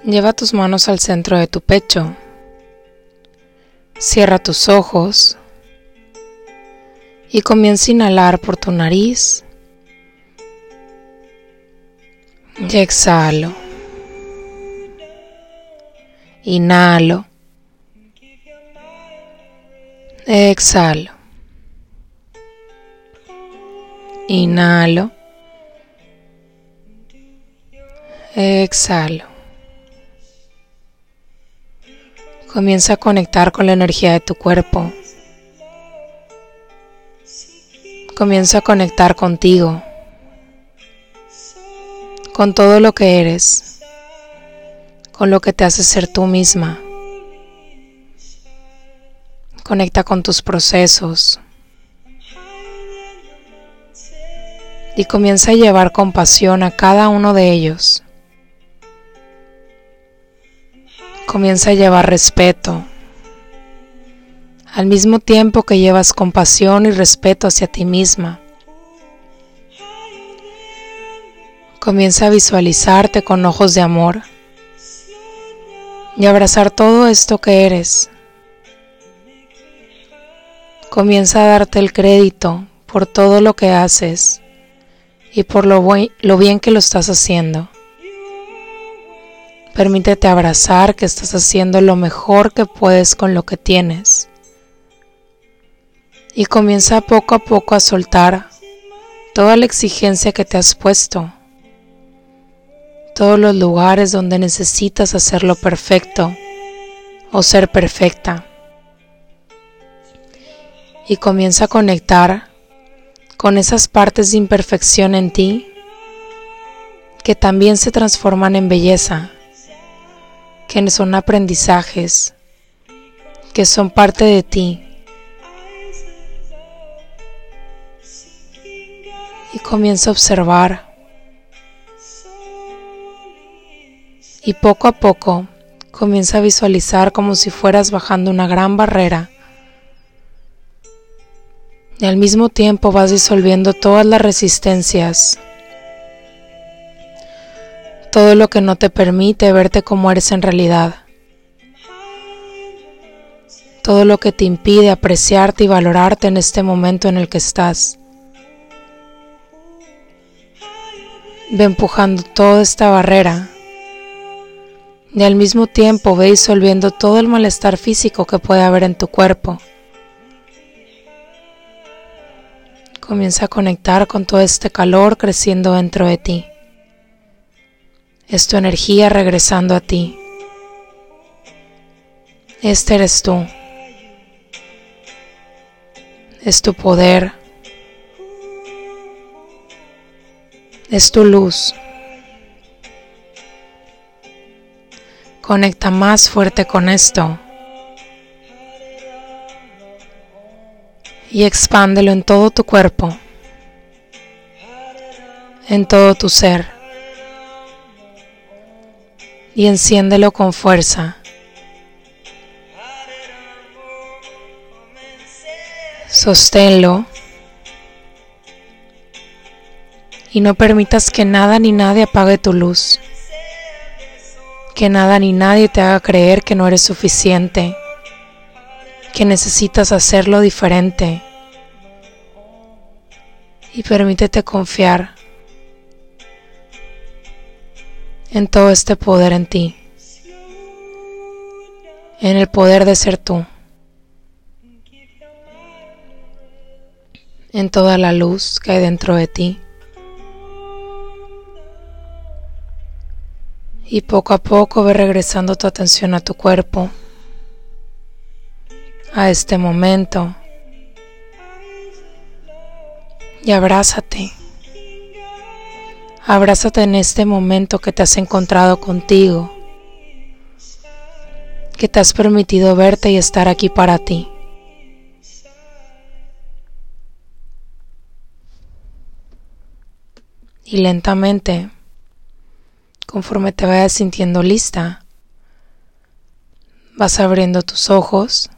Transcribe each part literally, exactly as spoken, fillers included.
Lleva tus manos al centro de tu pecho. Cierra tus ojos y comienza a inhalar por tu nariz y exhalo. Inhalo. Exhalo. Inhalo. Exhalo. Comienza a conectar con la energía de tu cuerpo. Comienza a conectar contigo, con todo lo que eres, con lo que te hace ser tú misma. Conecta con tus procesos y comienza a llevar compasión a cada uno de ellos. Comienza a llevar respeto, al mismo tiempo que llevas compasión y respeto hacia ti misma. Comienza a visualizarte con ojos de amor y abrazar todo esto que eres. Comienza a darte el crédito por todo lo que haces y por lo, buen, lo bien que lo estás haciendo. Permítete abrazar que estás haciendo lo mejor que puedes con lo que tienes. Y comienza poco a poco a soltar toda la exigencia que te has puesto. Todos los lugares donde necesitas hacerlo perfecto o ser perfecta. Y comienza a conectar con esas partes de imperfección en ti que también se transforman en belleza, que son aprendizajes, que son parte de ti. Y comienza a observar. Y poco a poco comienza a visualizar como si fueras bajando una gran barrera. Y al mismo tiempo vas disolviendo todas las resistencias. Todo lo que no te permite verte como eres en realidad. Todo lo que te impide apreciarte y valorarte en este momento en el que estás. Ve empujando toda esta barrera. Y al mismo tiempo ve disolviendo todo el malestar físico que puede haber en tu cuerpo. Comienza a conectar con todo este calor creciendo dentro de ti. Es tu energía regresando a ti. Este eres tú. Es tu poder. Es tu luz. Conecta más fuerte con esto. Y expándelo en todo tu cuerpo. En todo tu ser. Y enciéndelo con fuerza. Sosténlo. Y no permitas que nada ni nadie apague tu luz. Que nada ni nadie te haga creer que no eres suficiente. Que necesitas hacerlo diferente. Y permítete confiar en todo este poder en ti, en el poder de ser tú, en toda la luz que hay dentro de ti. Y poco a poco ve regresando tu atención a tu cuerpo, a este momento, y abrázate. Abrázate en este momento que te has encontrado contigo, que te has permitido verte y estar aquí para ti. Y lentamente, conforme te vayas sintiendo lista, vas abriendo tus ojos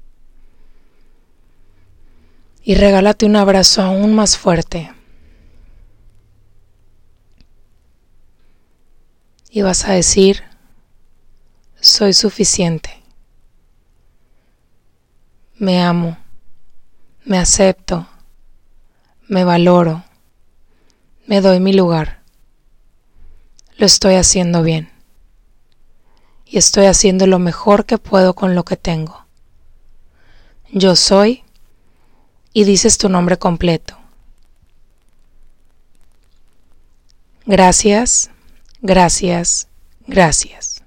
y regálate un abrazo aún más fuerte. Y vas a decir: Soy suficiente. Me amo. Me acepto. Me valoro. Me doy mi lugar. Lo estoy haciendo bien. Y estoy haciendo lo mejor que puedo con lo que tengo. Yo soy, y dices tu nombre completo. Gracias, gracias, gracias.